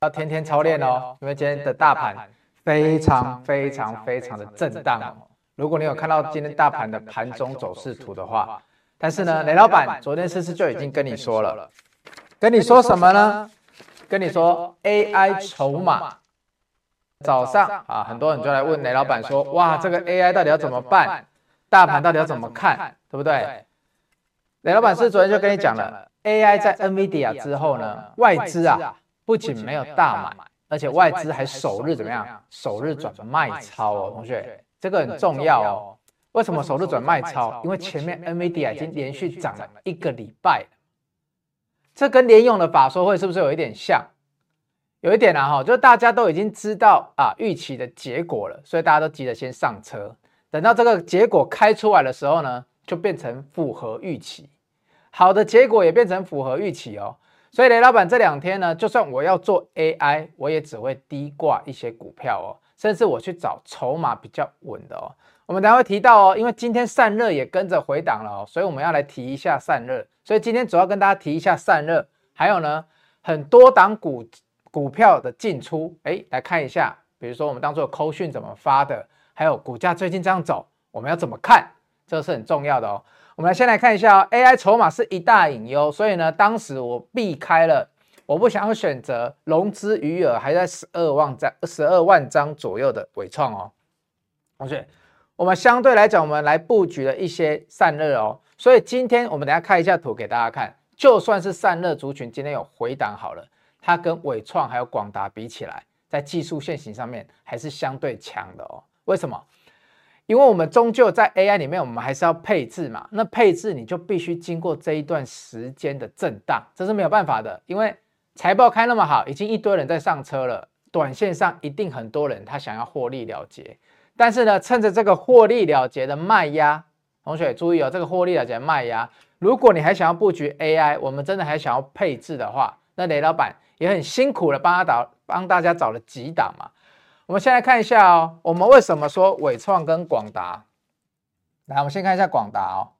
要天天操练哦，因为今天的大盘非常的震荡哦。如果你有看到今天大盘的盘中走势图的话，但是呢，雷老板昨天就已经跟你说了，跟你说什么呢？跟你说 AI 筹码。早上啊，很多人就来问雷老板说，哇，这个 AI 到底要怎么办？大盘到底要怎么看？对不对？雷老板昨天就跟你讲了 ，AI 在 NVIDIA 之后呢，外资啊不仅没有大买，而且外资还首日怎么样？首日转卖超哦，同学，这个很重要哦。为什么首日转卖超？因为前面 NVIDIA 已经连续涨了1个礼拜了，这跟联咏的法说会是不是有一点像？有一点啊，就是大家都已经知道啊预期的结果了，所以大家都急着先上车。等到这个结果开出来的时候呢，就变成符合预期，好的结果也变成符合预期哦。所以雷老板这2天呢，就算我要做 AI， 我也只会低挂一些股票哦，甚至我去找筹码比较稳的哦。我们等一下会提到哦，因为今天散热也跟着回档了哦，所以我们要来提一下散热。所以今天主要跟大家提一下散热，还有呢很多档股票的进出，来看一下，比如说我们当初的扣讯怎么发的，还有股价最近这样走，我们要怎么看，这是很重要的哦。我们先来看一下哦 ，AI 筹码是一大隐忧，所以呢，当时我避开了，我不想要选择融资余额还在12万张左右的伟创哦。同学，我们相对来讲，我们来布局了一些散热哦，所以今天我们等一下看一下图给大家看，就算是散热族群今天有回档好了。它跟伟创还有广达比起来，在技术线型上面还是相对强的哦。为什么？因为我们终究在 AI 里面，我们还是要配置嘛。那配置你就必须经过这一段时间的震荡，这是没有办法的。因为财报开那么好，已经一堆人在上车了，短线上一定很多人他想要获利了结。但是呢，趁着这个获利了结的卖压，同学注意哦，这个获利了结的卖压，如果你还想要布局 AI， 我们真的还想要配置的话，那雷老板也很辛苦的帮大家找了几档嘛。我们先来看一下哦，我们为什么说伟创跟广达？来，我们先看一下广达哦。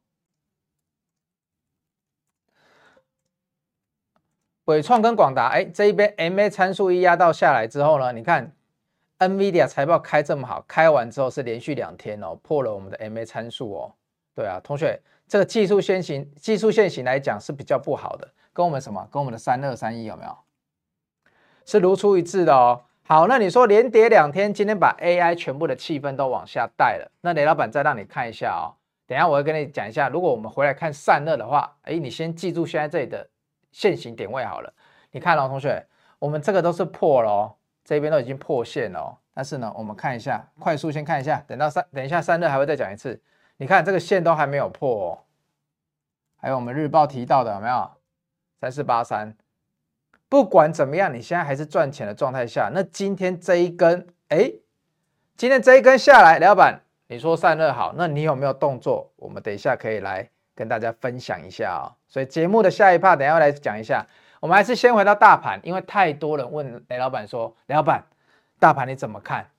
伟创跟广达，这一边 MA 参数一压到下来之后呢，你看 NVIDIA 财报开这么好，开完之后是连续2天哦，破了我们的 MA 参数哦。对啊，同学，这个技术线型来讲是比较不好的，跟我们什么？跟我们的3231有没有？是如出一致的哦。好，那你说连跌2天，今天把 AI 全部的气氛都往下带了，那雷老板再让你看一下哦。等一下我会跟你讲一下，如果我们回来看散热的话，你先记住现在这里的线型点位好了。你看哦，同学，我们这个都是破了哦，这边都已经破线了哦。但是呢，我们看一下，快速先看一下，等一下散热还会再讲一次。你看这个线都还没有破哦，还有我们日报提到的有没有？3483。不管怎么样，你现在还是赚钱的状态下，那今天这一根，今天这一根下来，老板，你说散热好，那你有没有动作？我们等一下可以来跟大家分享一下哦。所以节目的下一 part 等一下来讲一下。我们还是先回到大盘，因为太多人问雷老板说，雷老板，大盘你怎么看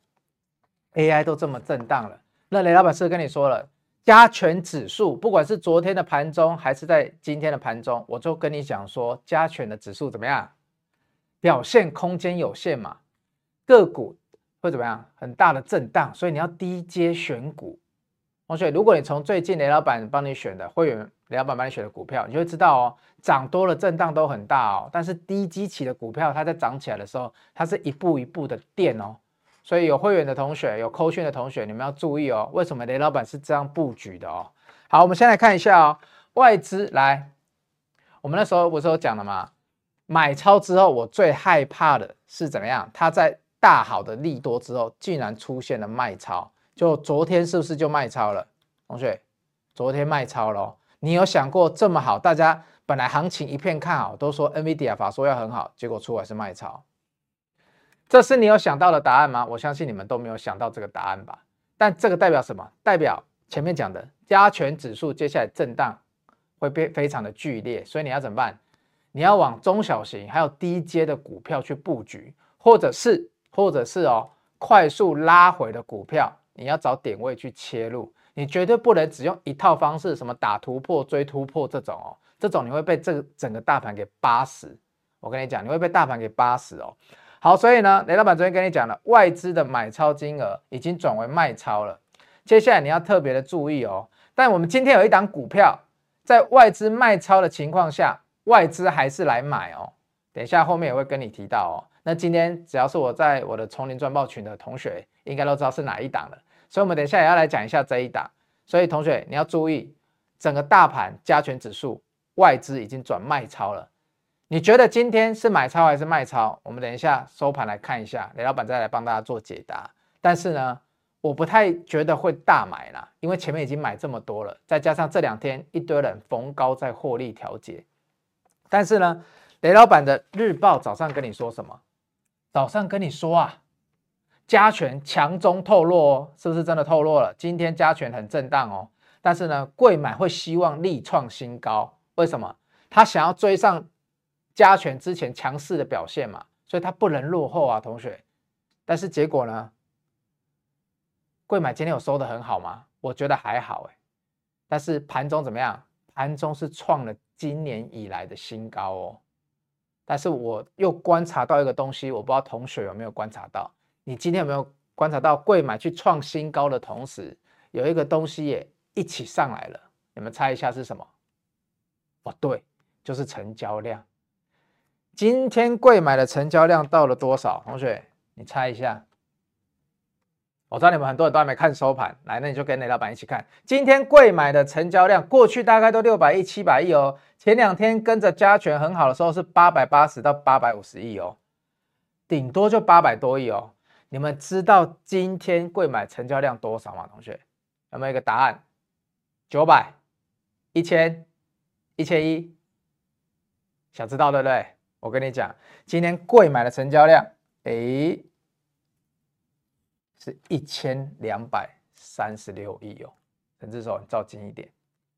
？AI 都这么震荡了，那雷老板是不是跟你说了？加权指数，不管是昨天的盘中还是在今天的盘中，我就跟你讲说，加权的指数怎么样？表现空间有限嘛，个股会怎么样？很大的震荡，所以你要低阶选股。同学，如果你从最近雷老板帮你选的会员，雷老板帮你选的股票，你就会知道哦，涨多了震荡都很大哦，但是低基期的股票，它在涨起来的时候，它是一步一步的垫哦。所以有会员的同学，有扣讯的同学，你们要注意哦，为什么雷老板是这样布局的哦？好，我们先来看一下哦，外资来，我们那时候不是有讲了吗？买超之后，我最害怕的是怎么样？它在大好的利多之后，竟然出现了卖超。就昨天是不是就卖超了？同学，昨天卖超了，你有想过这么好，大家本来行情一片看好，都说 NVIDIA 法说要很好，结果出来是卖超。这是你有想到的答案吗？我相信你们都没有想到这个答案吧。但这个代表什么？代表前面讲的加权指数接下来震荡会变非常的剧烈，所以你要怎么办？你要往中小型还有低阶的股票去布局，或者是快速拉回的股票，你要找点位去切入。你绝对不能只用一套方式，什么打突破、追突破这种这种你会被整个大盘给扒死。我跟你讲，你会被大盘给扒死哦。 好，所以呢，雷老板昨天跟你讲了，外资的买超金额已经转为卖超了。接下来你要特别的注意哦。但我们今天有一档股票，在外资卖超的情况下，外资还是来买哦。等一下后面也会跟你提到哦。那今天只要是我在我的丛林赚爆群的同学，应该都知道是哪一档了。所以我们等一下也要来讲一下这一档。所以同学你要注意，整个大盘加权指数外资已经转卖超了。你觉得今天是买超还是卖超？我们等一下收盘来看一下，雷老板再来帮大家做解答。但是呢，我不太觉得会大买啦，因为前面已经买这么多了，再加上这2天一堆人逢高在获利调节。但是呢，雷老板的日报早上跟你说什么？早上跟你说啊，加权强中透弱哦，是不是真的透弱了？今天加权很震荡哦，但是呢，贵买会希望力创新高，为什么？他想要追上加权之前强势的表现嘛，所以他不能落后啊，同学。但是结果呢？贵买今天有收得很好吗？我觉得还好哎。但是盘中怎么样？盘中是创了今年以来的新高哦。但是我又观察到一个东西，我不知道同学有没有观察到？你今天有没有观察到贵买去创新高的同时，有一个东西也一起上来了？你们猜一下是什么？哦，对，就是成交量。今天贵买的成交量到了多少？同学，你猜一下。我知道你们很多人都还没看收盘，来，那你就跟雷老板一起看。今天贵买的成交量，过去大概都600亿、700亿哦。前2天跟着加权很好的时候是880到850亿哦，顶多就800多亿哦。你们知道今天贵买成交量多少吗？同学，有没有一个答案？900、1000、1100，想知道对不对？我跟你讲，今天贵买的成交量，是1236亿哦。陈志手，你照近一点。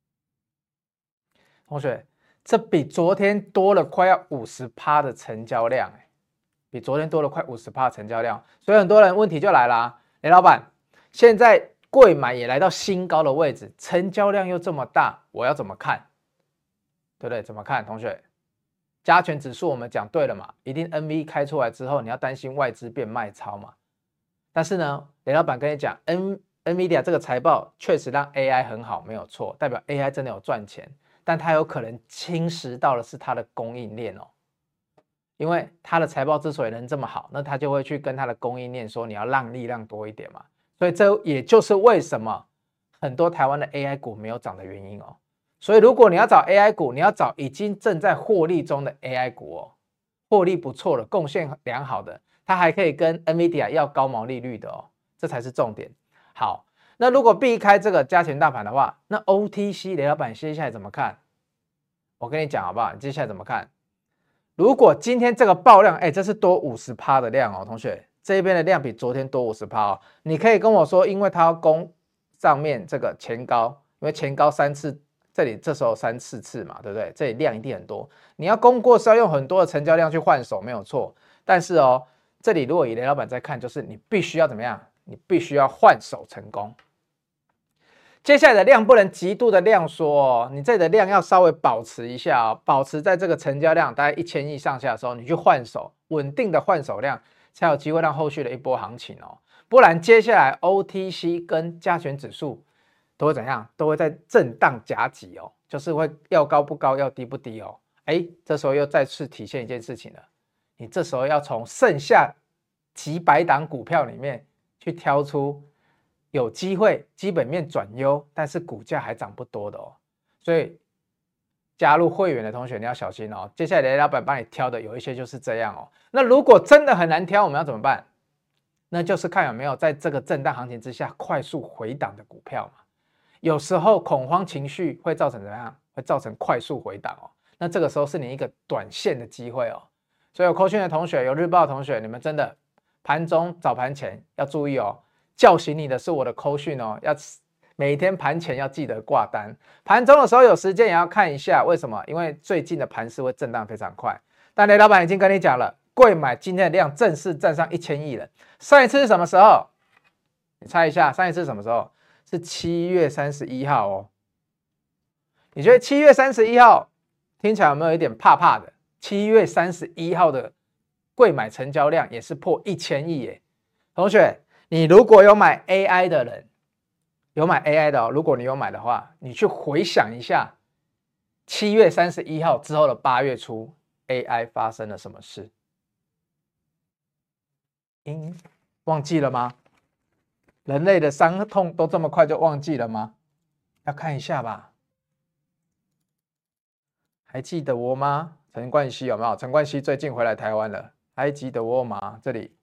同学，这比昨天多了快要50%的成交量，比昨天多了快50%的成交量。所以很多人问题就来啦，雷老板，现在贵买也来到新高的位置，成交量又这么大，我要怎么看？对不对？怎么看？同学？加权指数我们讲对了嘛，一定 NV 开出来之后，你要担心外资变卖超嘛。但是呢，雷老板跟你讲 ，NVIDIA 这个财报确实让 AI 很好，没有错，代表 AI 真的有赚钱，但它有可能侵蚀到的是它的供应链哦。因为它的财报之所以能这么好，那它就会去跟它的供应链说你要让利让多一点嘛。所以这也就是为什么很多台湾的 AI 股没有涨的原因哦。所以如果你要找 AI 股，你要找已经正在获利中的 AI 股哦，获利不错的，贡献良好的，它还可以跟 NVIDIA 要高毛利率的哦，这才是重点。好，那如果避开这个加权大盘的话，那 OTC 雷老板接下来怎么看？我跟你讲好不好？你接下来怎么看？如果今天这个爆量，这是多50%的量哦，同学，这边的量比昨天多50%哦。你可以跟我说，因为它要攻上面这个前高，因为前高3次。这里这时候3、4次嘛，对不对？这里量一定很多，你要攻过是要用很多的成交量去换手，没有错。但是哦，这里如果以雷老板在看，就是你必须要怎么样？你必须要换手成功。接下来的量不能极度的量缩哦，你这里的量要稍微保持一下哦，保持在这个成交量大概1000亿上下的时候，你去换手，稳定的换手量，才有机会让后续的一波行情哦。不然接下来 OTC 跟加权指数。都会怎样？都会在震荡夹击哦，就是会要高不高，要低不低哦。这时候又再次体现一件事情了，你这时候要从剩下几百档股票里面去挑出有机会基本面转优，但是股价还涨不多的哦。所以加入会员的同学你要小心哦。接下来雷老板帮你挑的有一些就是这样哦。那如果真的很难挑，我们要怎么办？那就是看有没有在这个震荡行情之下快速回档的股票嘛。有时候恐慌情绪会造成怎么样？会造成快速回档哦。那这个时候是你一个短线的机会哦。所以有扣讯的同学，有日报的同学，你们真的盘中早盘前要注意哦。叫醒你的是我的扣讯哦，要每天盘前要记得挂单。盘中的时候有时间也要看一下，为什么？因为最近的盘势会震荡非常快。但雷老板已经跟你讲了，贵买今天的量正式站上1000亿了。上一次是什么时候？你猜一下，上一次是什么时候？是7月31号哦。你觉得7月31号听起来有没有一点怕怕的？7月31号的柜买成交量也是破1000亿耶。同学，你如果有买 AI 的人，有买 AI 的如果你有买的话，你去回想一下7月31号之后的8月初 AI 发生了什么事？忘记了吗？人类的伤痛都这么快就忘记了吗？要看一下吧。还记得我吗？陈冠希有没有？陈冠希最近回来台湾了，还记得我吗？这里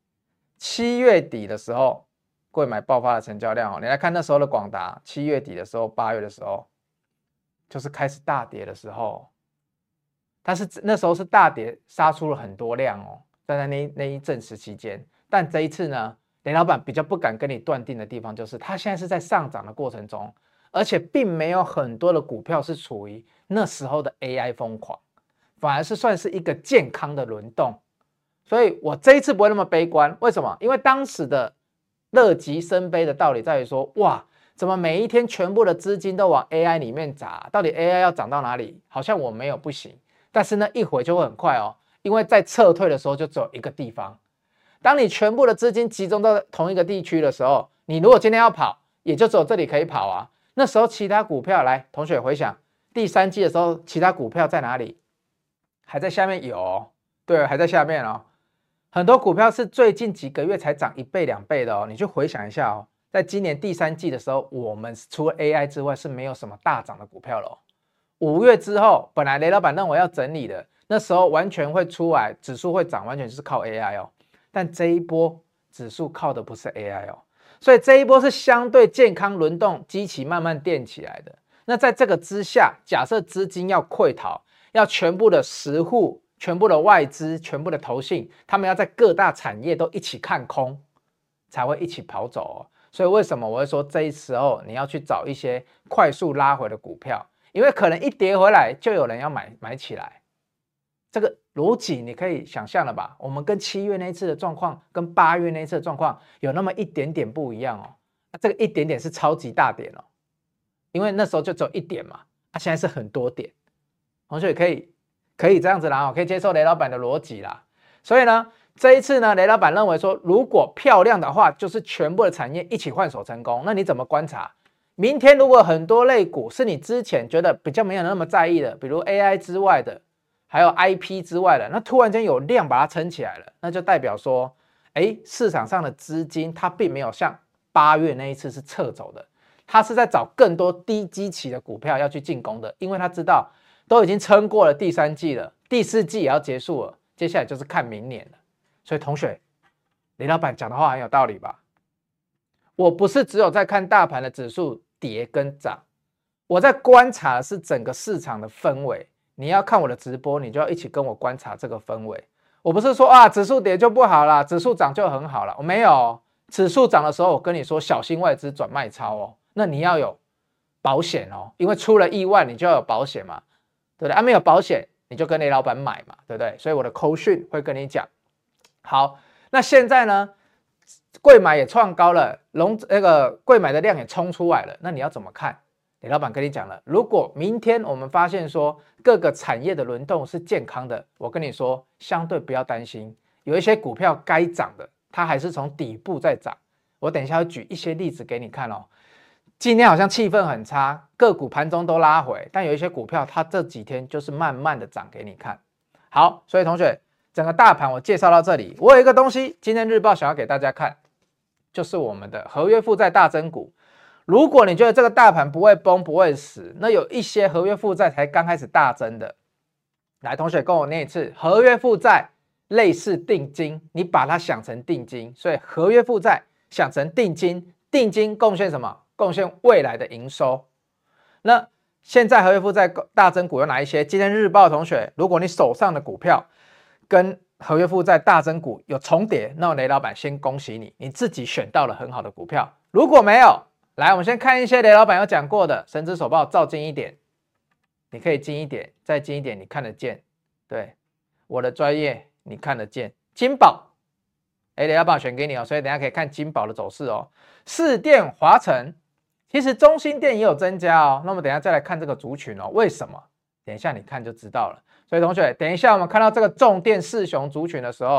7月底的时候，柜买爆发的成交量你来看那时候的广达，7月底的时候，8月的时候，就是开始大跌的时候。但是那时候是大跌，杀出了很多量在那一阵时期间。但这一次呢，雷老板比较不敢跟你断定的地方，就是它现在是在上涨的过程中，而且并没有很多的股票是处于那时候的 AI 疯狂，反而是算是一个健康的轮动。所以我这一次不会那么悲观，为什么？因为当时的乐极生悲的道理在于说，哇，怎么每一天全部的资金都往 AI 里面砸？到底 AI 要涨到哪里？好像我没有不行，但是呢，一会就会很快因为在撤退的时候就只有一个地方。当你全部的资金集中到同一个地区的时候，你如果今天要跑，也就只有这里可以跑啊。那时候其他股票，来，同学回想第3季的时候，其他股票在哪里？还在下面有对，还在下面很多股票是最近几个月才涨1倍2倍的你去回想一下在今年第3季的时候，我们除了 AI 之外是没有什么大涨的股票了5月之后，本来雷老板认为要整理的，那时候完全会出来，指数会涨，完全就是靠 AI 但这一波指数靠的不是 AI 所以这一波是相对健康轮动，基期慢慢垫起来的。那在这个之下，假设资金要溃逃，要全部的实户、全部的外资、全部的投信，他们要在各大产业都一起看空，才会一起跑走所以为什么我会说这时候你要去找一些快速拉回的股票，因为可能一跌回来就有人要买起来。这个逻辑你可以想象了吧？我们跟7月那一次的状况，跟8月那一次的状况有那么一点点不一样这个一点点是超级大点因为那时候就只有1点嘛，现在是很多点。同学可以这样子啦可以接受雷老板的逻辑啦。所以呢，这一次呢，雷老板认为说，如果漂亮的话，就是全部的产业一起换手成功。那你怎么观察？明天如果很多类股是你之前觉得比较没有那么在意的，比如 AI 之外的，还有 IP 之外的，那突然间有量把它撑起来了，那就代表说，市场上的资金它并没有像8月那一次是撤走的，它是在找更多低基期的股票要去进攻的，因为他知道都已经撑过了第3季了，第4季也要结束了，接下来就是看明年了。所以同学，雷老板讲的话很有道理吧？我不是只有在看大盘的指数跌跟涨，我在观察的是整个市场的氛围。你要看我的直播，你就要一起跟我观察这个氛围。我不是说指数跌就不好啦，指数涨就很好了，我没有。指数涨的时候，我跟你说小心外资转卖超那你要有保险因为出了意外你就要有保险嘛，对不对？没有保险你就跟雷老板买嘛，对不对？所以我的扣讯会跟你讲。好，那现在呢，柜买也创高了，那个柜买的量也冲出来了，那你要怎么看？雷老板跟你讲了，如果明天我们发现说各个产业的轮动是健康的，我跟你说，相对不要担心，有一些股票该涨的，它还是从底部在涨。我等一下会举一些例子给你看今天好像气氛很差，个股盘中都拉回，但有一些股票它这几天就是慢慢的涨给你看。好，所以同学，整个大盘我介绍到这里，我有一个东西，今天日报想要给大家看，就是我们的合约负债大增股。如果你觉得这个大盘不会崩不会死，那有一些合约负债才刚开始大增的。来，同学跟我念一次，合约负债类似定金，你把它想成定金，所以合约负债想成定金，定金贡献什么？贡献未来的营收。那现在合约负债大增股有哪一些？今天日报的同学，如果你手上的股票跟合约负债大增股有重叠，那雷老板先恭喜你，你自己选到了很好的股票。如果没有，来，我们先看一些雷老板有讲过的，神之手报照近一点，你可以近一点，再近一点，你看得见。对，我的专业你看得见。金宝，雷老板选给你所以等一下可以看金宝的走势市电、华城，其实中兴电也有增加那么等一下再来看这个族群为什么？等一下你看就知道了。所以同学，等一下我们看到这个重电四雄族群的时候，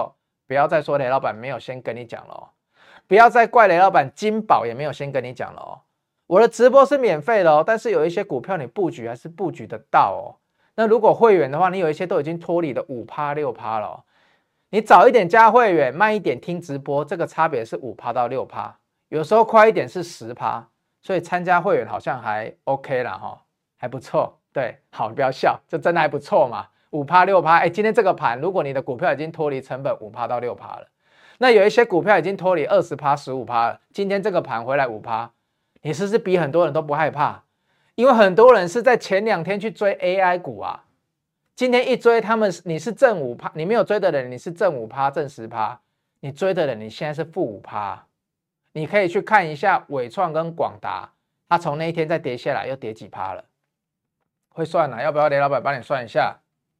不要再说雷老板没有先跟你讲了哦，不要再怪雷老板金宝也没有先跟你讲了哦。我的直播是免费的哦，但是有一些股票你布局还是布局得到哦。那如果会员的话，你有一些都已经脱离了5%、6%了哦。你早一点加会员，慢一点听直播，这个差别是5%到6%，有时候快一点是10%，所以参加会员好像还 OK 啦哈，还不错。对，好，不要笑，这真的还不错嘛，5%、6%。哎，今天这个盘，如果你的股票已经脱离成本5%到6%了，那有一些股票已经脱离20%、15%了，今天这个盘回来5%，你是不是比很多人都不害怕？因为很多人是在前2天去追 AI 股啊。今天一追他们，你是正5%，你没有追的人，你是正5%、正10%，你追的人，你现在是负5%。你可以去看一下伟创跟广达，它从那一天再跌下来，又跌几%了？会算了，要不要雷老板帮你算一下？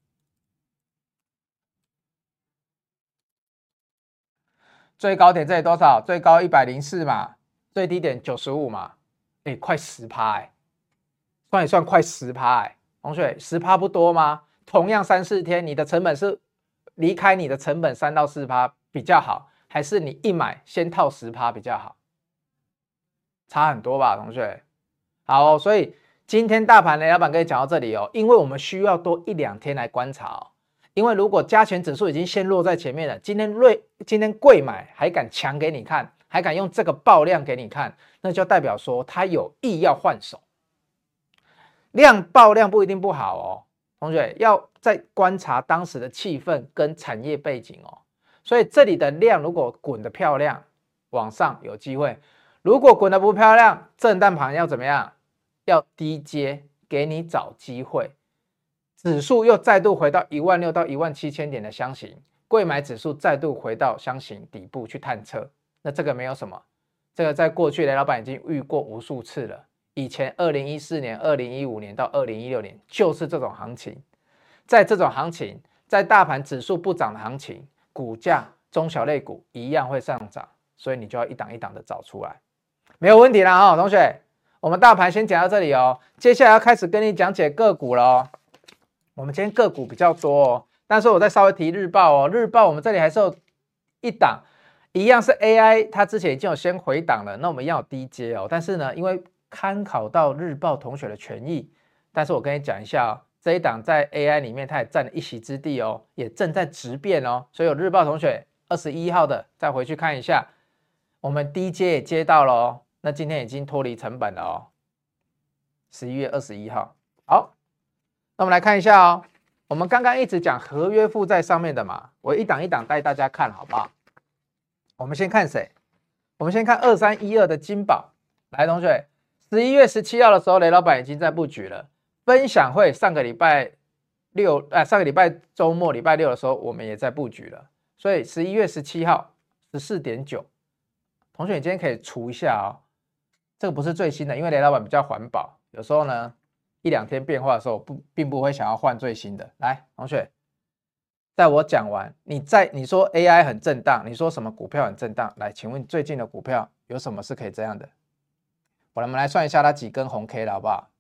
最高点这里多少？最高104嘛，最低点95嘛，哎，快10%哎，算一算快10%哎，同学10%不多吗？同样3、4天，你的成本是离开你的成本3到4%比较好，还是你一买先套10%比较好？差很多吧，同学。好哦，所以今天大盘雷老板跟你讲到这里哦，因为我们需要多1、2天来观察哦。因为如果加权指数已经先落在前面了，今天贵买还敢强给你看，还敢用这个爆量给你看，那就代表说他有意要换手。量爆量不一定不好哦。同学要再观察当时的气氛跟产业背景哦，所以这里的量如果滚得漂亮，往上有机会；如果滚得不漂亮，震荡盘要怎么样？要低接，给你找机会。指数又再度回到16000到17000点的箱型，贵买指数再度回到箱型底部去探测。那这个没有什么，这个在过去雷老板已经遇过无数次了。以前2014年、2015年到2016年就是这种行情，在这种行情，在大盘指数不涨的行情，股价中小类股一样会上涨，所以你就要一档一档的找出来，没有问题啦哈，同学，我们大盘先讲到这里哦，接下来要开始跟你讲解个股了哦。我们今天个股比较多哦，但是我再稍微提日报哦，日报我们这里还是有一档，一样是 AI， 它之前已经有先回档了，那我们一样有低阶哦，但是呢，因为参考到日报同学的权益，但是我跟你讲一下哦，这一档在 AI 里面它也占了一席之地哦，也正在质变哦，所以有日报同学21号的再回去看一下，我们低阶也接到了哦，那今天已经脱离成本了哦，11月21号，好，那我们来看一下哦，我们刚刚一直讲合约负债上面的嘛，我一档一档带大家看好不好？我们先看谁？我们先看2312的金宝，来同学。11月17号的时候，雷老板已经在布局了。分享会上个礼拜周末礼拜六的时候，我们也在布局了。所以11月17号 14.9， 同学你今天可以除一下哦。这个不是最新的，因为雷老板比较环保，有时候呢1、2天变化的时候，并不会想要换最新的。来，同学，在我讲完，你说 AI 很震荡，你说什么股票很震荡？来，请问最近的股票有什么是可以这样的？我们来算一下它几根红 K 了，好不好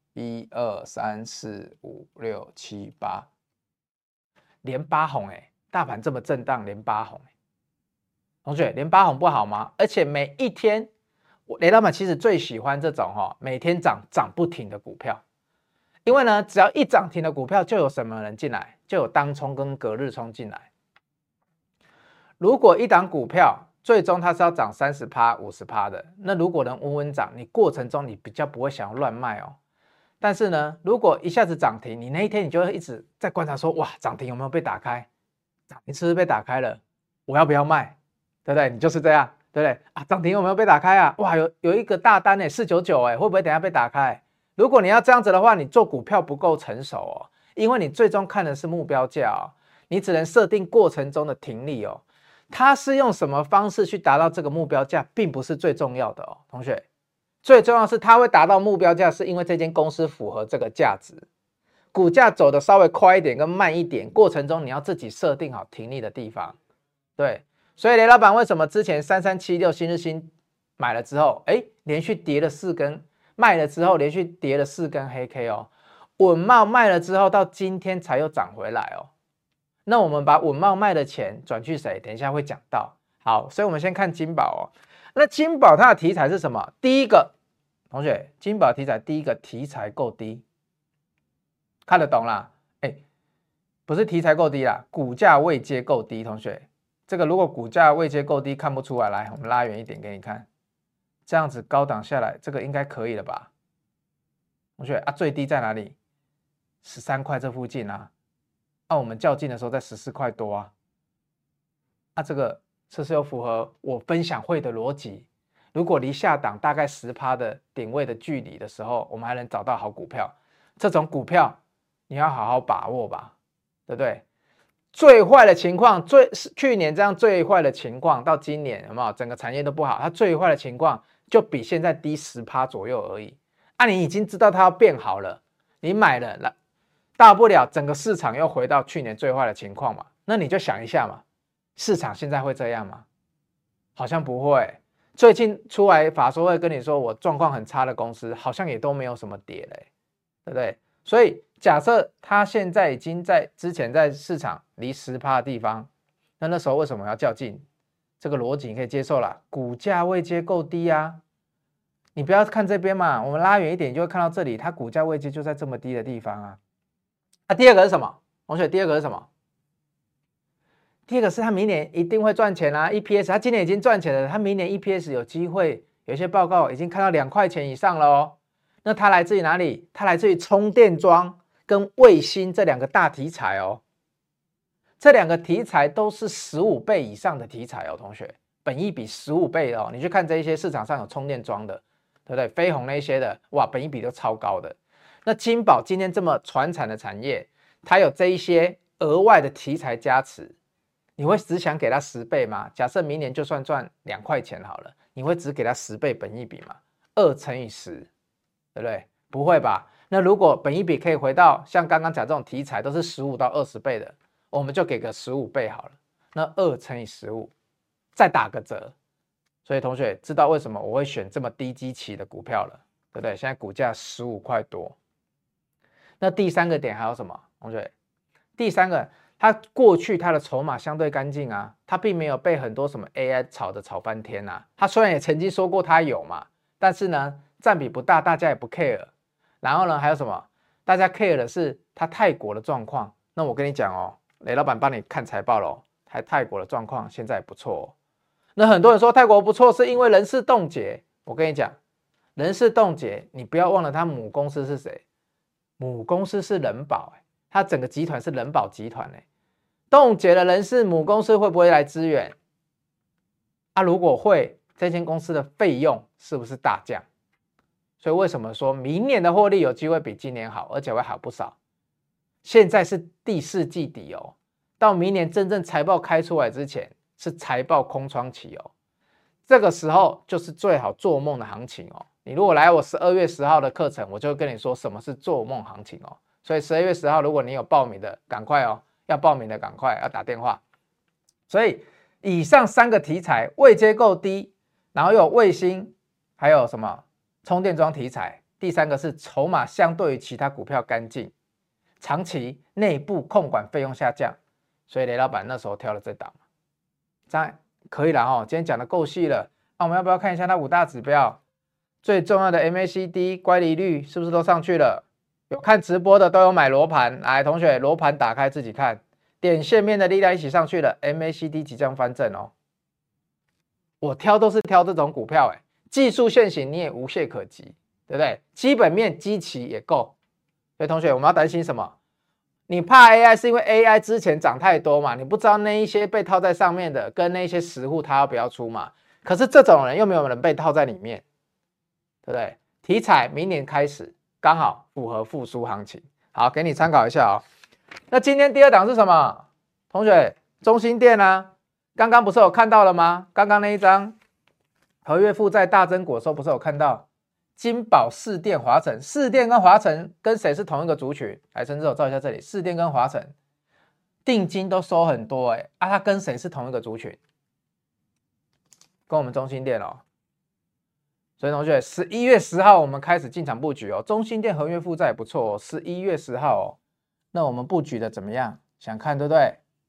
？1、2、3、4、5、6、7、8，连8红哎！大盘这么震荡，连8红哎！同学，连8红不好吗？而且每一天，雷老板其实最喜欢这种每天涨不停的股票，因为呢，只要一涨停的股票，就有什么人进来，就有当冲跟隔日冲进来。如果一档股票，最终它是要涨30%、50%的，那如果能稳稳涨，你过程中你比较不会想要乱卖哦。但是呢，如果一下子涨停，你那一天你就会一直在观察说，哇，涨停有没有被打开？涨停是不是被打开了？我要不要卖？对不对？你就是这样，对不对？啊，涨停有没有被打开啊？哇，有一个大单499会不会等一下被打开？如果你要这样子的话，你做股票不够成熟哦，因为你最终看的是目标价哦，你只能设定过程中的停利哦。它是用什么方式去达到这个目标价，并不是最重要的哦，同学。最重要的是它会达到目标价，是因为这间公司符合这个价值。股价走的稍微快一点跟慢一点，过程中你要自己设定好停利的地方。对，所以雷老板为什么之前3376新日新买了之后，连续跌了4根，卖了之后连续跌了4根黑 K 哦，稳茂卖了之后到今天才又涨回来哦。 那我们把稳懋卖的钱转去谁？等一下会讲到。好，所以我们先看金宝哦。那金宝它的题材是什么？第一个，同学，金宝题材第一个题材够低，看得懂啦？不是题材够低啦，股价位阶够低。同学，这个如果股价位阶够低，看不出来。来，我们拉远一点给你看，这样子高档下来，这个应该可以了吧？同学啊，最低在哪里？13块这附近啊。我们较劲的时候在14块多啊。这个是不是又符合我分享会的逻辑？如果离下档大概10%的点位的距离的时候，我们还能找到好股票。这种股票你要好好把握吧，对不对？最坏的情况，去年这样最坏的情况，到今年有没有整个产业都不好？它最坏的情况就比现在低10%左右而已。你已经知道它要变好了，你买了，大不了整个市场又回到去年最坏的情况嘛。那你就想一下嘛，市场现在会这样吗？好像不会。最近出来法说会跟你说我状况很差的公司，好像也都没有什么跌嘞，对不对？所以假设它现在已经在之前在市场离10%的地方，那时候为什么要较劲？这个逻辑你可以接受啦，股价位阶够低啊。你不要看这边嘛，我们拉远一点，你就会看到这里，它股价位阶就在这么低的地方啊。第二个是什么？同学，第二个是什么？第二个是它明年一定会赚钱啊 ，EPS 它今年已经赚钱了，它明年 EPS 有机会，有些报告已经看到2块钱以上了哦。那它来自于哪里？它来自于充电桩跟卫星这2个大题材哦。这2个题材都是15倍以上的题材哦，同学，本益比15倍哦。你去看这一些市场上有充电桩的，对不对？飞鸿那一些的，哇，本益比都超高的。那金宝今天这么传产的产业，它有这一些额外的题材加持，你会只想给它10倍吗？假设明年就算赚2块钱好了，你会只给它10倍本益比吗？2乘以10，对不对？不会吧？那如果本益比可以回到像刚刚讲这种题材都是15到20倍的，我们就给个15倍好了。那2乘以15，再打个折。所以同学知道为什么我会选这么低基期的股票了，对不对？现在股价15块多。那第3个点还有什么？同学，第3个，它过去它的筹码相对干净啊，它并没有被很多什么 AI 炒的炒翻天啊。它虽然也曾经说过它有嘛，但是呢占比不大，大家也不 care。然后呢还有什么？大家 care 的是它泰国的状况。那我跟你讲哦，雷老板帮你看财报咯，泰国的状况现在也不错哦。那很多人说泰国不错是因为人事冻结，我跟你讲，人事冻结你不要忘了它母公司是谁？母公司是人保，它整个集团是人保集团，冻结了人事，母公司会不会来支援？如果会，这间公司的费用是不是大降？所以为什么说明年的获利有机会比今年好，而且会好不少？现在是第4季底哦，到明年真正财报开出来之前是财报空窗期哦，这个时候就是最好做梦的行情哦。你如果来我12月10号的课程，我就跟你说什么是做梦行情哦。所以12月10号如果你有报名的，赶快哦，要报名的赶快要打电话。所以以上3个题材位阶够低，然后又有卫星，还有什么充电桩题材。第3个是筹码相对于其他股票干净，长期内部控管费用下降，所以雷老板那时候挑了这档，这样可以了哦。今天讲的够细了，那我们要不要看一下它5大指标？最重要的 MACD 乖离率是不是都上去了？有看直播的都有买罗盘，来，同学，罗盘打开自己看，点线面的力量一起上去了 ，MACD 即将翻正哦。我挑都是挑这种股票，技术线型你也无懈可击，对不对？基本面基期也够，所以同学我们要担心什么？你怕 AI 是因为 AI 之前涨太多嘛？你不知道那一些被套在上面的跟那些实户他要不要出嘛？可是这种人又没有人被套在里面，对不对？题材明年开始刚好符合复苏行情，好，给你参考一下哦。那今天第2档是什么？同学，中兴电啊，刚刚不是有看到了吗？刚刚那一张合约负债大增股的时候，不是有看到金宝、士电、华城，士电跟华城跟谁是同一个族群？来，陈志友照一下这里，士电跟华城定金都收很多它跟谁是同一个族群？跟我们中兴电哦。所以同学，11月10号我们开始进场布局哦，中兴电合约负债也不错哦，11月10号哦，那我们布局的怎么样？想看对不对？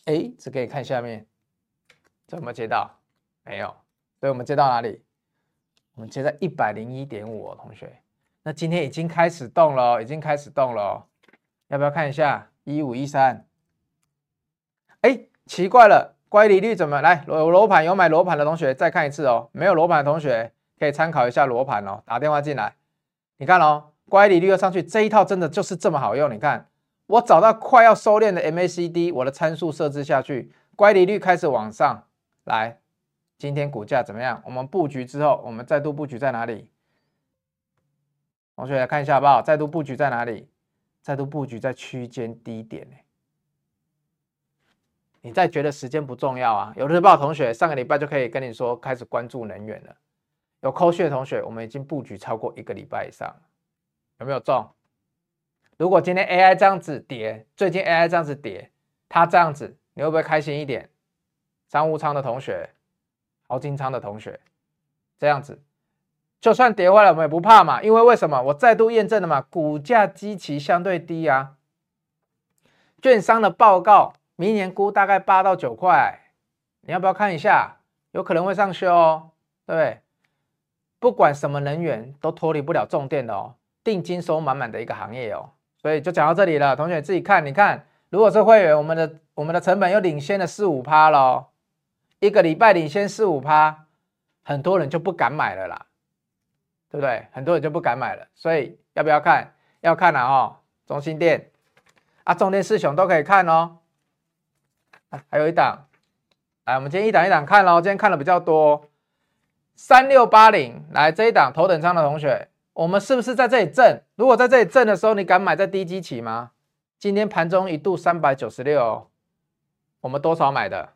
哎，只给你看下面，这有没有接到？没有，所以我们接到哪里？我们接在101.5哦，同学。那今天已经开始动了，已经开始动了，要不要看一下1513？哎，奇怪了，乖离率怎么来？有罗盘有买罗盘的同学再看一次哦，没有罗盘的同学可以参考一下罗盘哦，打电话进来。你看哦，乖离率又上去，这一套真的就是这么好用。你看，我找到快要收敛的 MACD， 我的参数设置下去，乖离率开始往上来。今天股价怎么样？我们布局之后，我们再度布局在哪里？同学来看一下好不好？再度布局在哪里？再度布局在区间低点。你再觉得时间不重要啊？有日报同学上个礼拜就可以跟你说开始关注能源了。有扣讯的同学，我们已经布局超过1个礼拜以上，有没有中？如果今天 AI 这样子跌，最近 AI 这样子跌，它这样子，你会不会开心一点？商务舱的同学，豪金仓的同学，这样子，就算跌坏了，我们也不怕嘛，因为为什么？我再度验证了嘛，股价基期相对低啊。券商的报告，明年估大概8到9块，你要不要看一下？有可能会上修哦，对不对？不管什么能源都脱离不了重电的哦，定金收满满的一个行业哦，所以就讲到这里了，同学自己看，你看，如果是会员，我们的成本又领先了4-5%咯，1个礼拜领先4-5%，很多人就不敢买了啦，对不对？很多人就不敢买了，所以要不要看？要看啦哦，中兴电啊，中电四雄都可以看哦，还有一档，来，我们今天一档一档看咯，今天看的比较多。3680来这一档头等舱的同学，我们是不是在这里震？如果在这里震的时候，你敢买在低基期吗？今天盘中一度396哦，我们多少买的？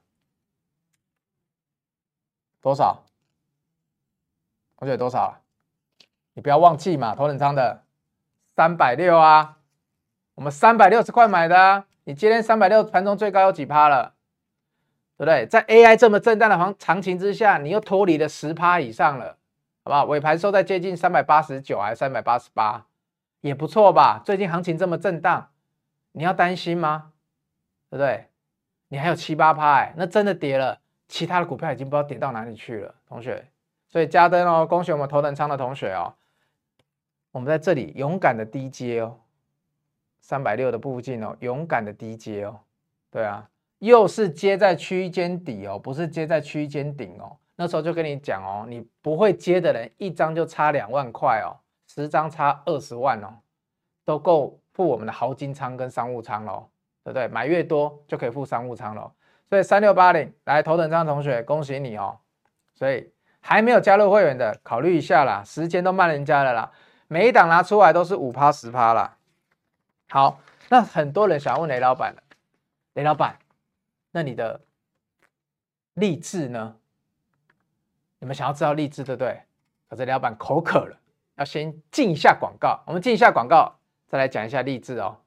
多少？同学多少？你不要忘记嘛，头等舱的360啊，我们360块买的啊，你今天360盘中最高有几趴了？对不对？在 AI 这么震荡的行情之下，你又脱离了10%以上了，好不好？尾盘收在接近389还是388，也不错吧？最近行情这么震荡，你要担心吗？对不对？你还有7-8%哎，那真的跌了，其他的股票已经不知道跌到哪里去了，同学。所以加灯哦，恭喜我们头等舱的同学哦，我们在这里勇敢的低接哦，360的附近哦，勇敢的低接哦，对啊。又是接在区间底哦，不是接在区间顶哦。那时候就跟你讲哦，你不会接的人，一张就差2万块哦，10张差20万哦，都够付我们的豪金仓跟商务舱咯，对不对？买越多就可以付商务舱咯。所以3680来头等舱的同学，恭喜你哦。所以还没有加入会员的，考虑一下啦，时间都慢人家了啦，每一档拿出来都是5%、10%啦。好，那很多人想要问雷老板了，雷老板。那你的励志呢？你们想要知道励志对不对？可是老板口渴了，要先进一下广告。我们进一下广告，再来讲一下励志哦。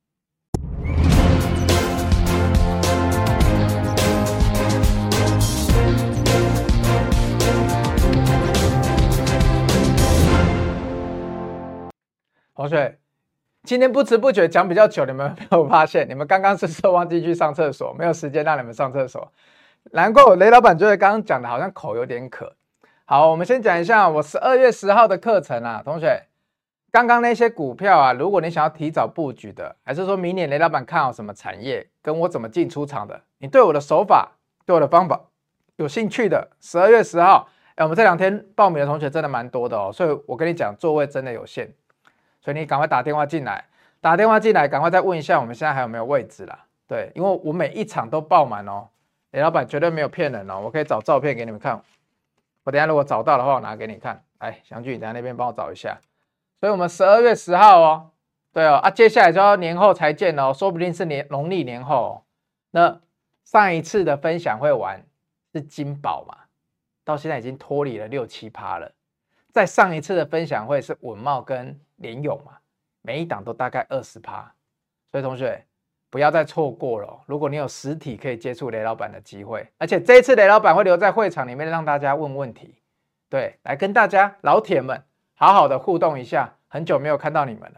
同学，今天不知不觉讲比较久，你们没有发现？你们刚刚是不是忘记去上厕所，没有时间让你们上厕所？难怪我雷老板觉得刚刚讲的好像口有点渴。好，我们先讲一下我12月10号的课程啊，同学，刚刚那些股票啊，如果你想要提早布局的，还是说明年雷老板看好什么产业，跟我怎么进出场的，你对我的手法、对我的方法有兴趣的，12月10号，我们这2天报名的同学真的蛮多的哦，所以我跟你讲，座位真的有限，所以你赶快打电话进来，赶快再问一下我们现在还有没有位置啦。对，因为我每一场都爆满哦，雷老板绝对没有骗人哦，我可以找照片给你们看。我等一下如果找到的话，我拿给你看。来，祥俊，你等一下那边帮我找一下。所以我们12月10号哦，对哦，接下来就要年后才见哦，说不定是农历年后哦。那上一次的分享会完是金宝嘛，到现在已经脱离了6-7%了。在上一次的分享会是稳懋跟联咏嘛，每一档都大概20%。所以同学不要再错过了，如果你有实体可以接触雷老板的机会，而且这一次雷老板会留在会场里面让大家问问题，对，来跟大家老铁们好好的互动一下，很久没有看到你们了，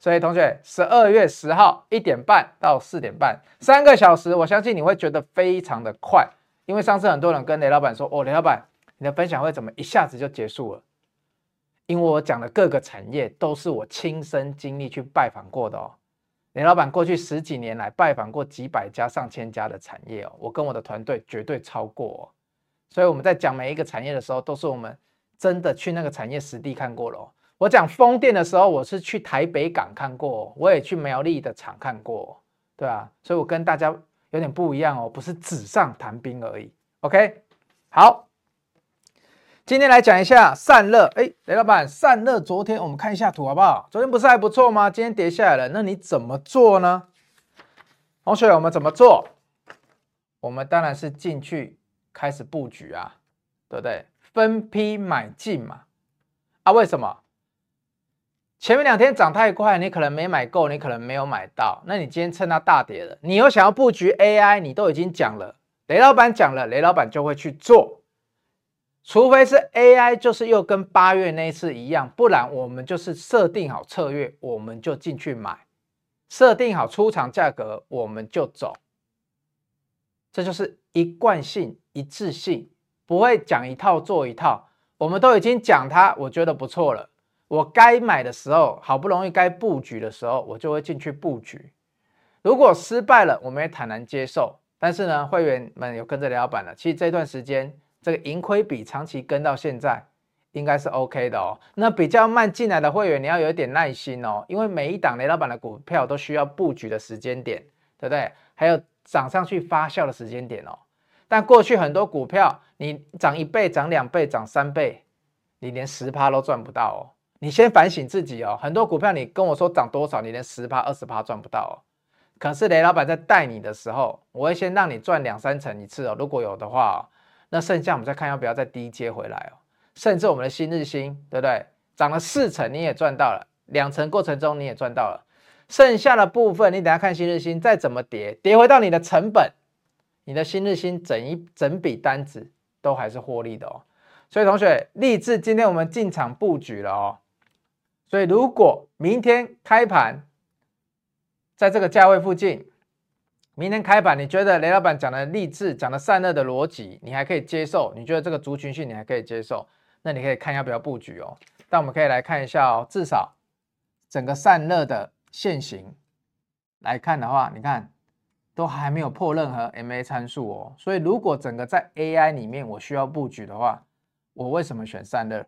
所以同学，12月10号1点半到4点半，3个小时，我相信你会觉得非常的快，因为上次很多人跟雷老板说，哦，雷老板，你的分享会怎么一下子就结束了？因为我讲的各个产业都是我亲身经历去拜访过的哦。雷老板过去10几年来拜访过几百家、上千家的产业哦，我跟我的团队绝对超过哦。所以我们在讲每一个产业的时候，都是我们真的去那个产业实地看过了哦。我讲风电的时候，我是去台北港看过，我也去苗栗的厂看过，对啊，所以我跟大家有点不一样哦，不是纸上谈兵而已。OK， 好，今天来讲一下散热。雷老板，散热昨天我们看一下图好不好？昨天不是还不错吗？今天跌下来了，那你怎么做呢？同学，我们怎么做？我们当然是进去开始布局啊，对不对？分批买进嘛。啊，为什么？前面2天涨太快，你可能没买够，你可能没有买到。那你今天趁它大跌了，你又想要布局 AI， 你都已经讲了，雷老板讲了，雷老板就会去做。除非是 AI， 就是又跟8月那一次一样，不然我们就是设定好策略，我们就进去买，设定好出场价格，我们就走。这就是一贯性、一致性，不会讲一套做一套。我们都已经讲它，我觉得不错了。我该买的时候，好不容易该布局的时候，我就会进去布局。如果失败了，我们也坦然接受。但是呢，会员们有跟着雷老板了，其实这段时间这个盈亏比长期跟到现在，应该是 OK 的哦。那比较慢进来的会员，你要有一点耐心哦，因为每一档雷老板的股票都需要布局的时间点，对不对？还有涨上去发酵的时间点哦。但过去很多股票，你涨1倍、涨2倍、涨3倍，你连10%都赚不到哦。你先反省自己哦，很多股票你跟我说涨多少，你连10%、20%赚不到哦。可是雷老板在带你的时候，我会先让你赚2、3成一次哦，如果有的话哦，那剩下我们再看要不要再低接回来哦。甚至我们的新日兴，对不对？涨了4成你也赚到了，2成过程中你也赚到了，剩下的部分你等下看新日兴再怎么跌回到你的成本，你的新日兴整笔单子都还是获利的哦。所以同学，立志今天我们进场布局了哦。所以如果明天开盘在这个价位附近，明天开盘你觉得雷老板讲的励志、讲的散热的逻辑你还可以接受，你觉得这个族群性你还可以接受，那你可以看要不要布局哦。但我们可以来看一下哦，至少整个散热的线型来看的话，你看都还没有破任何 MA 参数哦。所以如果整个在 AI 里面我需要布局的话，我为什么选散热？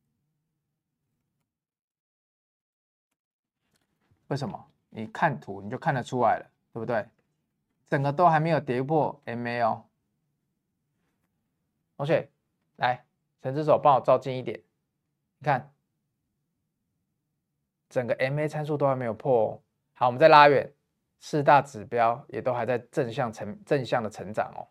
为什么？你看图你就看得出来了，对不对？整个都还没有跌破 MA 哦。同学，来，陈之手帮我照近一点，你看，整个 MA 参数都还没有破哦。好，我们再拉远，4大指标也都还在正向的成长哦。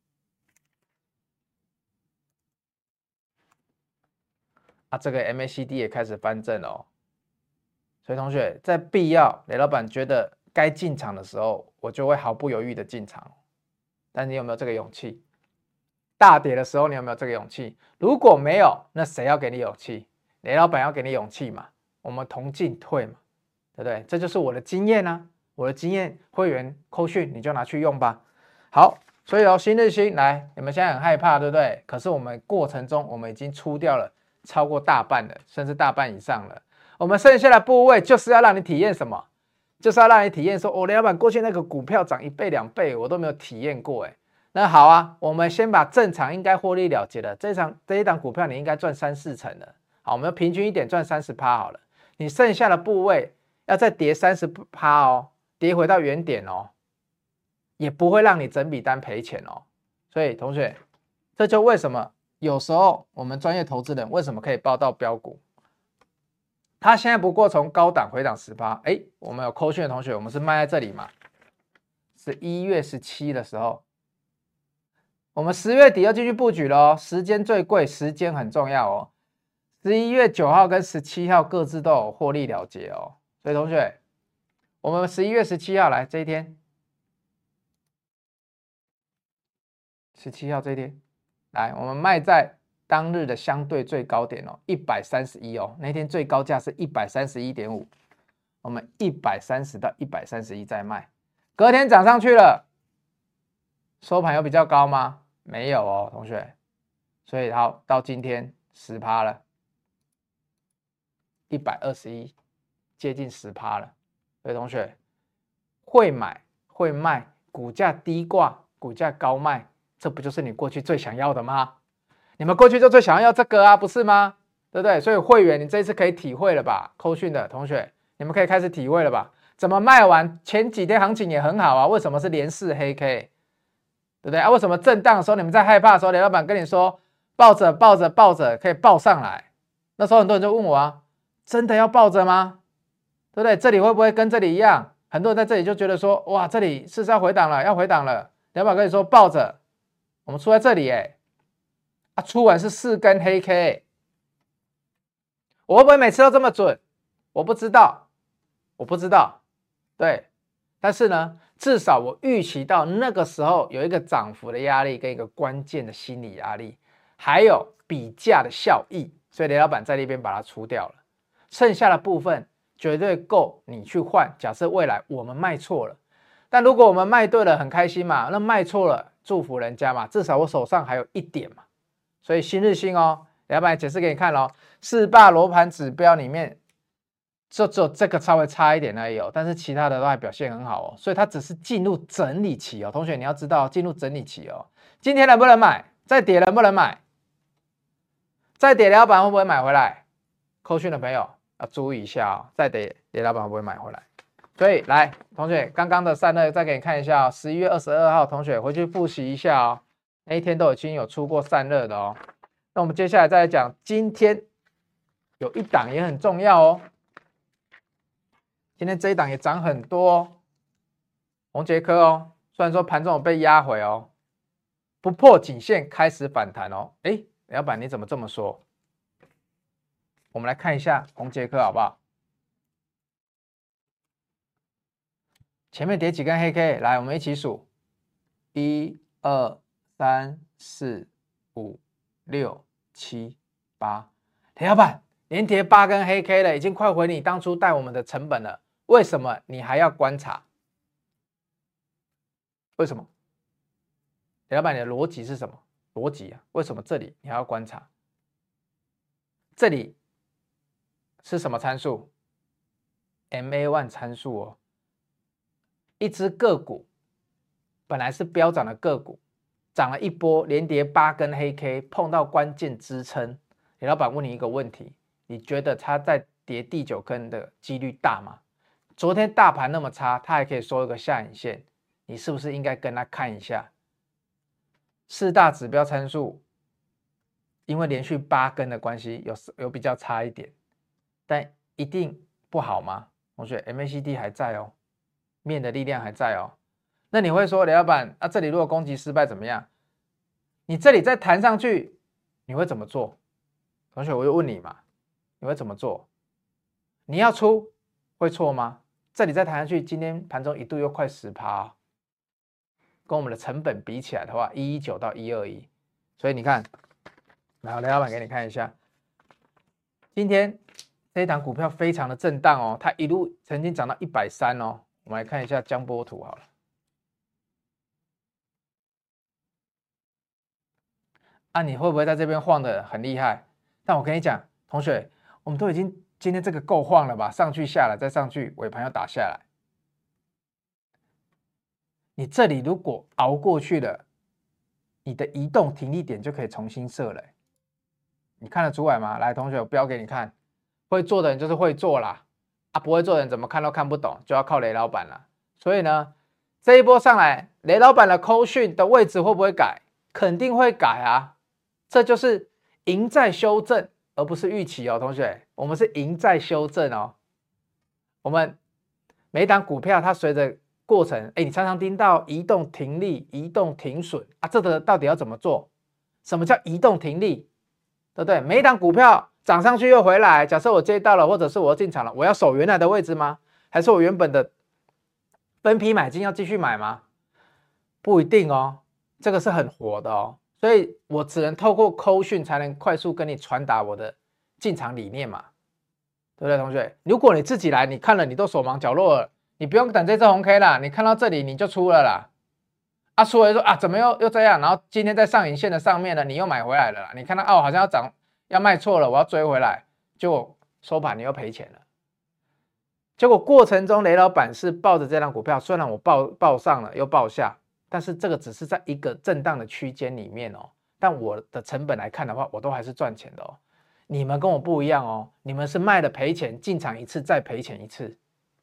啊，这个 MACD 也开始翻正哦。所以同学，在必要雷老板觉得该进场的时候，我就会毫不犹豫的进场。但你有没有这个勇气？大跌的时候，你有没有这个勇气？如果没有，那谁要给你勇气？雷老板要给你勇气嘛？我们同进退嘛，对不对？这就是我的经验啊，我的经验，会员扣讯你就拿去用吧。好，所以新日兴来，你们现在很害怕，对不对？可是我们过程中，我们已经出掉了超过大半了，甚至大半以上了。我们剩下的部位就是要让你体验什么？就是要让你体验说，哦，雷老板过去那个股票涨1倍、2倍，我都没有体验过，那好啊，我们先把正常应该获利了结的这一档股票，你应该赚3、4成的。好，我们平均一点赚30%好了。你剩下的部位要再跌30%哦，跌回到原点哦，也不会让你整笔单赔钱哦。所以同学，这就为什么有时候我们专业投资人为什么可以报到标股？他现在不过从高档回档10%，我们有扣讯的同学，我们是卖在这里嘛？11月17的时候。我们10月底要进去布局了哦，时间最贵，时间很重要哦。11月9号跟17号各自都有获利了结哦，所以同学，我们11月17号来这一天，17号这一天，来我们卖在当日的相对最高点哦，131哦，那天最高价是131.5， 我们130到131再卖，隔天涨上去了，收盘有比较高吗？没有哦，同学。所以好，到今天10%了，121，接近10%了。所以同学会买会卖，股价低挂，股价高卖，这不就是你过去最想要的吗？你们过去就最想要这个啊，不是吗？对不对？所以会员，你这一次可以体会了吧？扣讯的同学，你们可以开始体会了吧？怎么卖完？前几天行情也很好啊，为什么是连4黑 K？ 对不对啊？为什么震荡的时候你们在害怕的时候，雷老板跟你说抱着抱着抱着可以抱上来？那时候很多人就问我啊，真的要抱着吗？对不对？这里会不会跟这里一样？很多人在这里就觉得说，哇，这里是不是要回档了？要回档了。雷老板跟你说抱着，我们出在这里哎，啊，出完是4根黑 K。我会不会每次都这么准？我不知道，我不知道。对，但是呢，至少我预期到那个时候有一个涨幅的压力跟一个关键的心理压力，还有比价的效益，所以雷老板在那边把它出掉了，剩下的部分绝对够你去换。假设未来我们卖错了，但如果我们卖对了，很开心嘛，那卖错了，祝福人家嘛，至少我手上还有一点嘛。所以新日新哦，雷老板解释给你看哦，4大罗盘指标里面。就只有这个稍微差一点而已哦，但是其他的都还表现很好哦，所以它只是进入整理期哦。同学你要知道进入整理期哦，今天能不能买？再跌能不能买？再跌雷老板会不会买回来？扣讯的朋友要注意一下哦，再跌雷老板会不会买回来？所以来同学，刚刚的散热再给你看一下哦，11月22号，同学回去复习一下哦，那一天都已经有出过散热的哦。那我们接下来再来讲，今天有一档也很重要哦。今天这一档也涨很多哦，宏捷科哦，虽然说盘中有被压回哦，不破颈线开始反弹哦。哎，老板你怎么这么说？我们来看一下宏捷科好不好？前面叠几根黑 K， 来我们一起数，1、2、3、4、5、6、7、8。铁老板连跌8根黑 K 了，已经快回你当初带我们的成本了。为什么你还要观察？为什么？李老板，你的逻辑是什么？逻辑啊？为什么这里你还要观察？这里是什么参数 ？MA1 参数哦。一只个股本来是飙涨的个股，涨了一波，连跌8根黑 K， 碰到关键支撑。李老板问你一个问题：你觉得它在跌第9根的几率大吗？昨天大盘那么差，它还可以收一个下影线，你是不是应该跟它看一下4大指标参数？因为连续8根的关系，有比较差一点，但一定不好吗？同学 ，MACD 还在哦，面的力量还在哦。那你会说，雷老板，这里如果攻击失败怎么样？你这里再弹上去，你会怎么做？同学，我又问你嘛，你会怎么做？你要出会错吗？这里再弹上去，今天盘中一度又快10%哦，跟我们的成本比起来的话，119到121，所以你看，来，雷老板给你看一下，今天这一档股票非常的震荡哦，它一路曾经涨到130哦。我们来看一下江波图好了。你会不会在这边晃得很厉害？但我跟你讲，同学，我们都已经今天这个够晃了吧？上去下来再上去，尾盘要打下来。你这里如果熬过去了，你的移动停利点就可以重新设了。你看得出来吗？来，同学，我标给你看。会做的人就是会做啦，不会做的人怎么看都看不懂，就要靠雷老板了。所以呢，这一波上来，雷老板的扣讯的位置会不会改？肯定会改啊。这就是赢在修正，而不是预期哦，同学，我们是赢在修正哦。我们每一档股票它随着过程，你常常听到移动停利、移动停损这个到底要怎么做？什么叫移动停利？对不对？每一档股票涨上去又回来，假设我接到了，或者是我要进场了，我要守原来的位置吗？还是我原本的分批买进要继续买吗？不一定哦，这个是很活的哦。所以我只能透过扣讯才能快速跟你传达我的进场理念嘛。 对不对，同学？如果你自己来，你看了你都手忙脚乱了，你不用等这只红 K 啦，你看到这里你就出了啦。啊，出来说啊，怎么又这样？然后今天在上影线的上面呢，你又买回来了啦。你看到哦，好像要涨，要卖错了，我要追回来，结果收盘你又赔钱了。结果过程中雷老板是抱着这张股票，虽然我报上了又报下，但是这个只是在一个震荡的区间里面哦。但我的成本来看的话，我都还是赚钱的哦。你们跟我不一样哦，你们是卖了赔钱，进场一次再赔钱一次。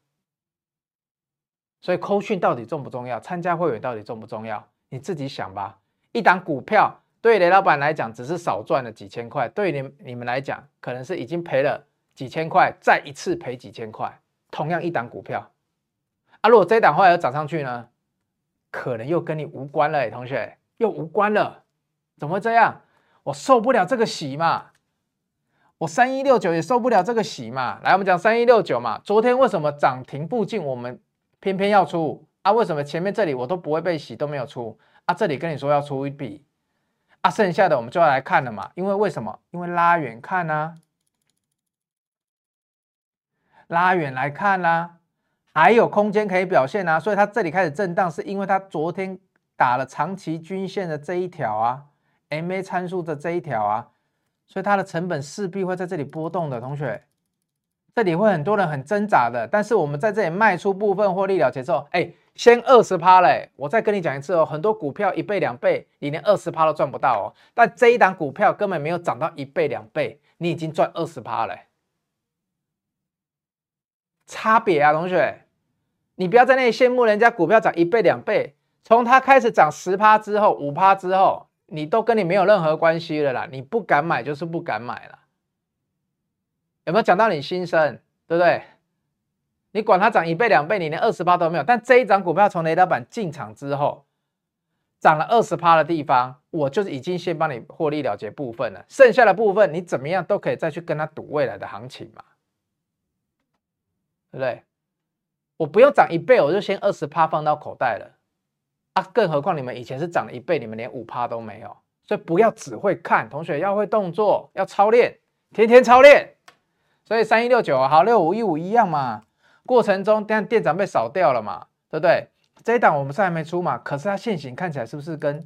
所以扣讯到底重不重要？参加会员到底重不重要？你自己想吧。一档股票对雷老板来讲只是少赚了几千块，对你们来讲可能是已经赔了几千块，再一次赔几千块。同样一档股票啊，如果这一档后来又涨上去呢，可能又跟你无关了，同学又无关了，怎么会这样？我受不了这个洗嘛，我3169也受不了这个洗嘛。来，我们讲3169嘛，昨天为什么涨停附近我们偏偏要出啊？为什么前面这里我都不会被洗，都没有出啊？这里跟你说要出一笔啊，剩下的我们就要来看了嘛。因为为什么？因为拉远看啊，拉远来看啦，还有空间可以表现啊。所以它这里开始震荡，是因为它昨天打了长期均线的这一条啊 ，MA 参数的这一条啊，所以它的成本势必会在这里波动的，同学。这里会很多人很挣扎的，但是我们在这里卖出部分获利了结之后，先20%嘞。我再跟你讲一次哦，很多股票1倍2倍，你连20%都赚不到哦。但这一档股票根本没有涨到1倍2倍，你已经赚20%嘞。差别啊，同学，你不要在那里羡慕人家股票涨1倍2倍，从它开始涨10%之后5%之后，你都跟你没有任何关系了啦。你不敢买就是不敢买了。有没有讲到你心声？对不对？你管它涨1倍2倍，你连20%都没有。但这一张股票从雷老板进场之后，涨了20%的地方，我就是已经先帮你获利了结部分了。剩下的部分，你怎么样都可以再去跟他赌未来的行情嘛，对不对？我不用涨1倍，我就先20%放到口袋了啊！更何况你们以前是涨了1倍，你们连5%都没有。所以不要只会看，同学要会动作，要操练，天天操练。所以3169好，6515一样嘛。过程中，但店长被扫掉了嘛，对不对？这一档我们是还没出嘛，可是它现形看起来是不是跟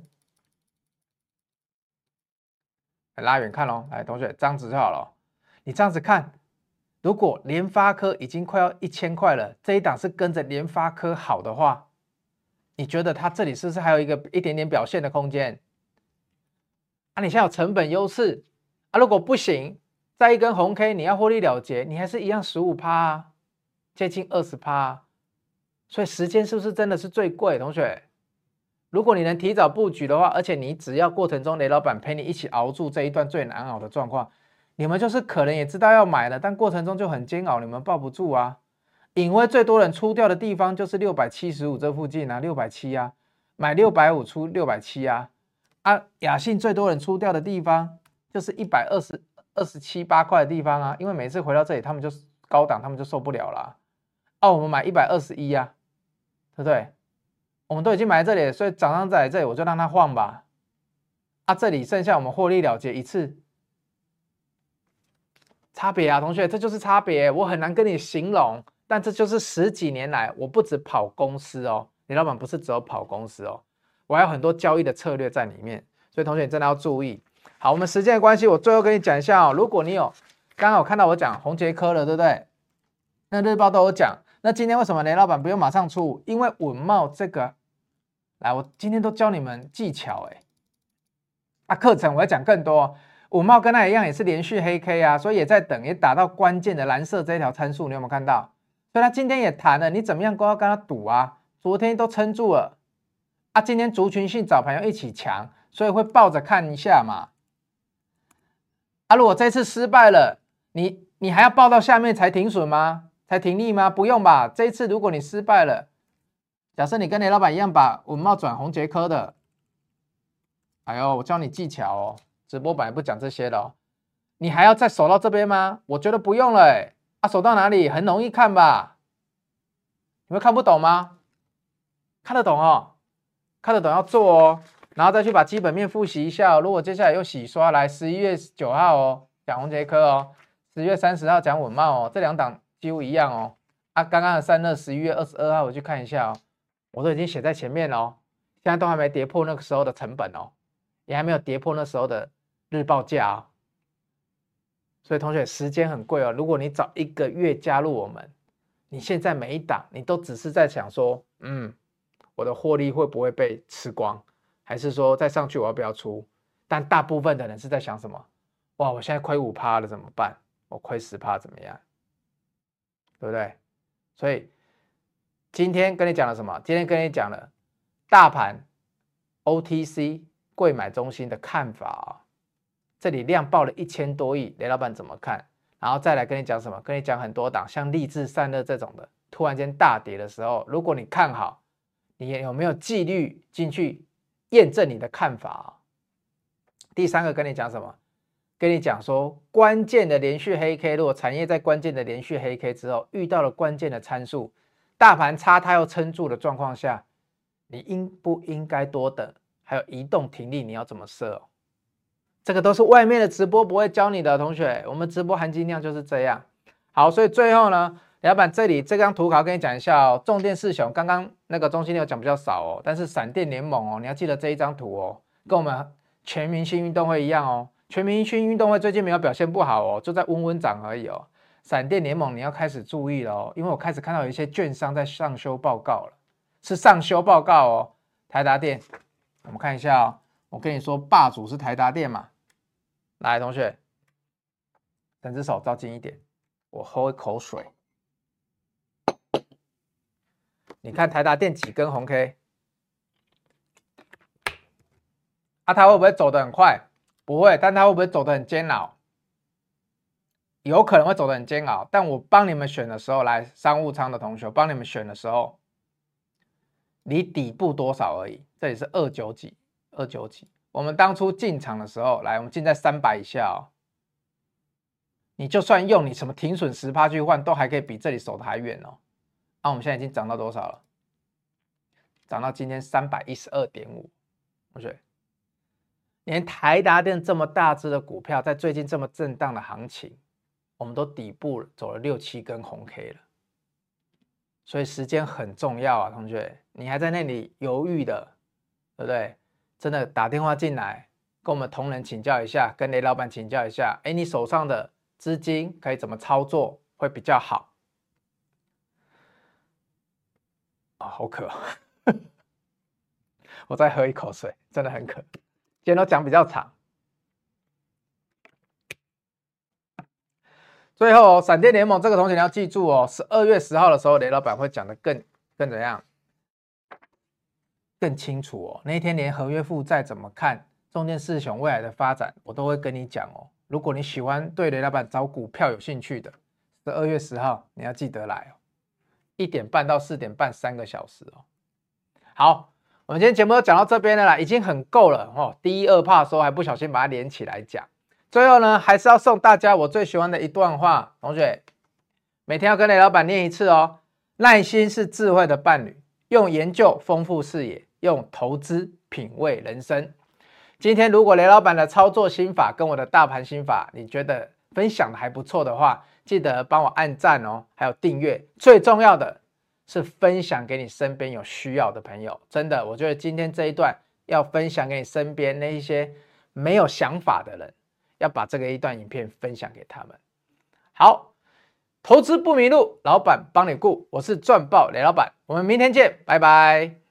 拉远看咯？来，同学这样子就好了。你这样子看，如果联发科已经快要1000块了，这一档是跟着联发科好的话，你觉得它这里是不是还有一点点表现的空间？啊，你现在有成本优势啊，如果不行。再一根红 K， 你要获利了结，你还是一样15%啊，接近20%啊，所以时间是不是真的是最贵？同学，如果你能提早布局的话，而且你只要过程中雷老板陪你一起熬住这一段最难熬的状况，你们就是可能也知道要买了，但过程中就很煎熬，你们抱不住啊。隐微最多人出掉的地方就是675这附近啊，670啊，买650出670啊，雅信最多人出掉的地方就是27、8块的地方啊，因为每次回到这里，他们就高档，他们就受不了了。我们买121啊，对不对？我们都已经买在这里，所以涨上再来这里，我就让它晃吧。这里剩下我们获利了结一次，差别啊，同学，这就是差别。我很难跟你形容，但这就是10几年来，我不止跑公司哦，李老板不是只有跑公司哦，我还有很多交易的策略在里面，所以同学你真的要注意。好，我们时间的关系，我最后跟你讲一下哦。如果你有刚好看到我讲宏捷科了，对不对？那日报都有讲。那今天为什么雷老板不用马上出？因为稳懋这个，来，我今天都教你们技巧课程我要讲更多。稳懋跟它一样，也是连续黑 K 啊，所以也在等，也打到关键的蓝色这一条参数，你有没有看到？所以它今天也弹了，你怎么样都要跟它赌啊。昨天都撑住了今天族群性早盘要一起强，所以会抱着看一下嘛。如果这次失败了，你还要抱到下面才停损吗？才停利吗？不用吧。这一次如果你失败了，假设你跟雷老板一样把稳懋转宏捷科的，我教你技巧哦。直播本来不讲这些的哦，你还要再守到这边吗？我觉得不用了守到哪里很容易看吧？你们看不懂吗？看得懂哦，看得懂要做哦。然后再去把基本面复习一下如果接下来又洗刷，来11月9号哦，讲宏捷科哦月30号讲稳懋哦，这两档几乎一样哦。啊，刚刚的散热11月22号我去看一下哦，我都已经写在前面了哦，现在都还没跌破那个时候的成本哦，也还没有跌破那时候的日报价哦。所以同学时间很贵哦，如果你早1个月加入我们，你现在每一档你都只是在想说，我的获利会不会被吃光，还是说再上去我要不要出？但大部分的人是在想什么？哇，我现在亏5%了怎么办？我亏10%怎么样？对不对？所以今天跟你讲了什么？今天跟你讲了大盘 OTC 柜买中心的看法哦。这里量爆了1000多亿，雷老板怎么看？然后再来跟你讲什么？跟你讲很多档，像立志散热这种的，突然间大跌的时候，如果你看好，你有没有纪律进去验证你的看法哦？第三个跟你讲什么？跟你讲说，关键的连续黑 K， 如果产业在关键的连续黑 K 之后遇到了关键的参数，大盘差它又撑住的状况下，你应不应该多等？还有移动停利你要怎么设哦？这个都是外面的直播不会教你的，同学，我们直播含金量就是这样。好，所以最后呢，老板这里这张图卡跟你讲一下哦，重电四雄，刚刚那个中心有讲比较少哦，但是闪电联盟哦，你要记得这一张图哦，跟我们全明星运动会一样哦。全明星运动会最近没有表现不好哦，就在温温涨而已哦。闪电联盟你要开始注意了哦，因为我开始看到有一些券商在上修报告了，是上修报告哦。台达电，我们看一下哦，我跟你说霸主是台达电嘛。来，同学，整只手照近一点，我喝一口水。你看台达电几根红 K， 它会不会走得很快？不会，但它会不会走得很煎熬？有可能会走得很煎熬。但我帮你们选的时候，来商务舱的同学，帮你们选的时候，离底部多少而已？这里是29几，29几。我们当初进场的时候，来，我们进在300以下哦。你就算用你什么停损10%去换，都还可以比这里守得还远哦。我们现在已经涨到多少了？涨到今天312.5，同学。连台达电这么大只的股票，在最近这么震荡的行情，我们都底部走了6、7根红 K 了，所以时间很重要啊，同学，你还在那里犹豫的，对不对？真的打电话进来，跟我们同仁请教一下，跟雷老板请教一下，你手上的资金可以怎么操作会比较好？好渴，我再喝一口水，真的很渴。今天都讲比较长。最后，闪电联盟这个同学你要记住哦，12月10号的时候，雷老板会讲的更怎样，更清楚哦。那一天连合约负债怎么看，重电四雄未来的发展，我都会跟你讲哦。如果你喜欢对雷老板找股票有兴趣的，12月10号你要记得来哦，1点半到4点半3个小时哦。好。我们今天节目都讲到这边了啦，已经很够了哦。第一、2趴的时候还不小心把它连起来讲，最后呢还是要送大家我最喜欢的一段话，同学每天要跟雷老板念一次哦。耐心是智慧的伴侣，用研究丰富视野，用投资品味人生。今天如果雷老板的操作心法跟我的大盘心法，你觉得分享的还不错的话，记得帮我按赞哦，还有订阅，最重要的是分享给你身边有需要的朋友。真的，我觉得今天这一段要分享给你身边那一些没有想法的人，要把这个一段影片分享给他们。好，投资不迷路，老板帮你顾，我是赚爆雷老板，我们明天见，拜拜。